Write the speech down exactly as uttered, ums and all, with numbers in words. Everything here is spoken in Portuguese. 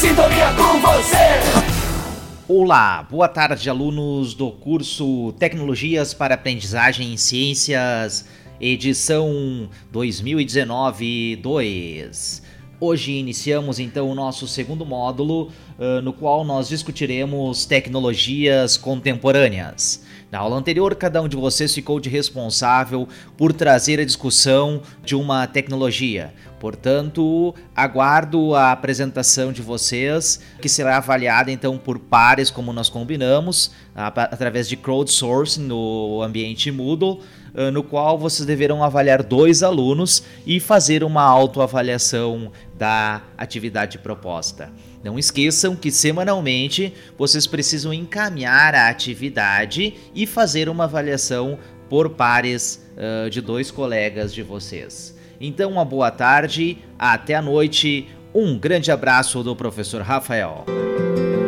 sintonia com você. Olá, boa tarde, alunos do curso Tecnologias para Aprendizagem em Ciências, edição dois mil e dezenove dois. Hoje iniciamos então o nosso segundo módulo, uh, no qual nós discutiremos tecnologias contemporâneas. Na aula anterior, cada um de vocês ficou de responsável por trazer a discussão de uma tecnologia. Portanto, aguardo a apresentação de vocês, que será avaliada então por pares, como nós combinamos, através de crowdsourcing no ambiente Moodle, no qual vocês deverão avaliar dois alunos e fazer uma autoavaliação da atividade proposta. Não esqueçam que semanalmente vocês precisam encaminhar a atividade e fazer uma avaliação por pares uh, de dois colegas de vocês. Então, uma boa tarde, até a noite, um grande abraço do professor Rafael.